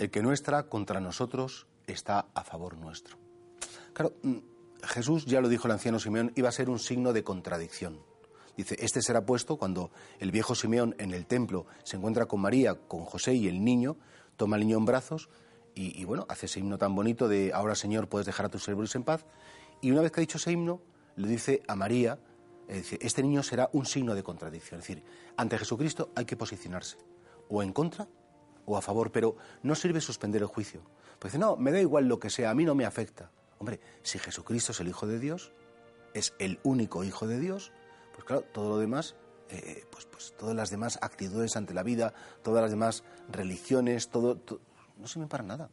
el que no está contra nosotros está a favor nuestro. Claro, Jesús, ya lo dijo el anciano Simeón, iba a ser un signo de contradicción. Dice, este será puesto cuando el viejo Simeón en el templo se encuentra con María, con José y el niño, toma al niño en brazos y bueno, hace ese himno tan bonito de ahora, Señor, puedes dejar a tus servidores en paz. Y una vez que ha dicho ese himno, le dice a María, dice, este niño será un signo de contradicción. Es decir, ante Jesucristo hay que posicionarse, o en contra o a favor, pero no sirve suspender el juicio. Pues dice, no, me da igual lo que sea, a mí no me afecta. Hombre, si Jesucristo es el Hijo de Dios, es el único Hijo de Dios, pues claro, todo lo demás, pues todas las demás actitudes ante la vida, todas las demás religiones, todo no sirven para nada.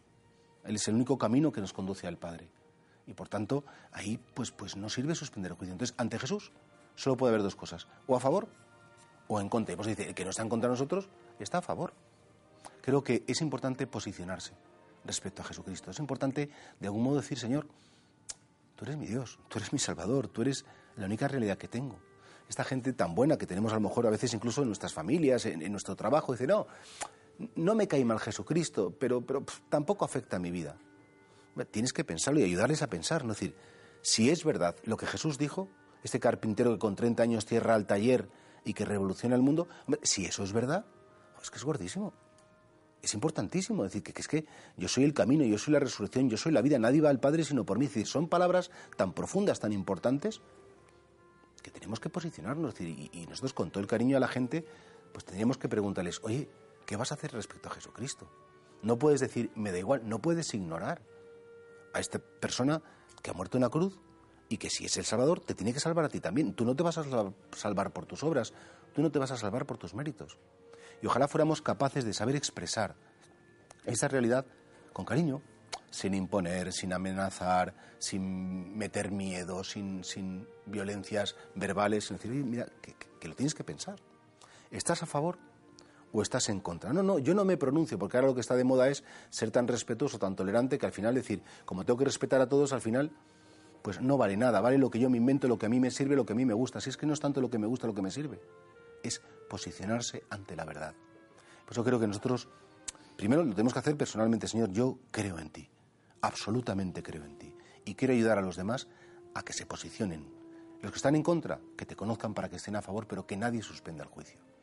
Él es el único camino que nos conduce al Padre. Y por tanto, ahí pues no sirve suspender el juicio. Entonces, ante Jesús solo puede haber dos cosas, o a favor o en contra. Y pues dice, el que no está en contra de nosotros está a favor. Creo que es importante posicionarse respecto a Jesucristo. Es importante, de algún modo, decir, Señor, tú eres mi Dios, tú eres mi Salvador, tú eres la única realidad que tengo. Esta gente tan buena que tenemos a lo mejor a veces incluso en nuestras familias, en nuestro trabajo, dice, no me cae mal Jesucristo, pero tampoco afecta a mi vida. Tienes que pensarlo y ayudarles a pensar, ¿no? Es decir, si es verdad lo que Jesús dijo, este carpintero que con 30 años cierra el taller y que revoluciona el mundo, si eso es verdad, es que es gordísimo. Es importantísimo decir que es que yo soy el camino, yo soy la resurrección, yo soy la vida, nadie va al Padre sino por mí. Es decir, son palabras tan profundas, tan importantes, que tenemos que posicionarnos. Es decir, y nosotros con todo el cariño a la gente, pues tendríamos que preguntarles, oye, ¿qué vas a hacer respecto a Jesucristo? No puedes decir, me da igual, no puedes ignorar a esta persona que ha muerto en la cruz y que si es el Salvador, te tiene que salvar a ti también. Tú no te vas a salvar por tus obras, tú no te vas a salvar por tus méritos. Y ojalá fuéramos capaces de saber expresar esa realidad con cariño, sin imponer, sin amenazar, sin meter miedo, sin violencias verbales, sin decir, mira, que lo tienes que pensar. ¿Estás a favor o estás en contra? No, yo no me pronuncio, porque ahora lo que está de moda es ser tan respetuoso, tan tolerante, que al final decir, como tengo que respetar a todos, al final, pues no vale nada, vale lo que yo me invento, lo que a mí me sirve, lo que a mí me gusta. Si es que no es tanto lo que me gusta, lo que me sirve, es posicionarse ante la verdad. Por eso creo que nosotros, primero lo tenemos que hacer personalmente, Señor, yo creo en ti, absolutamente creo en ti, y quiero ayudar a los demás a que se posicionen. Los que están en contra, que te conozcan para que estén a favor, pero que nadie suspenda el juicio.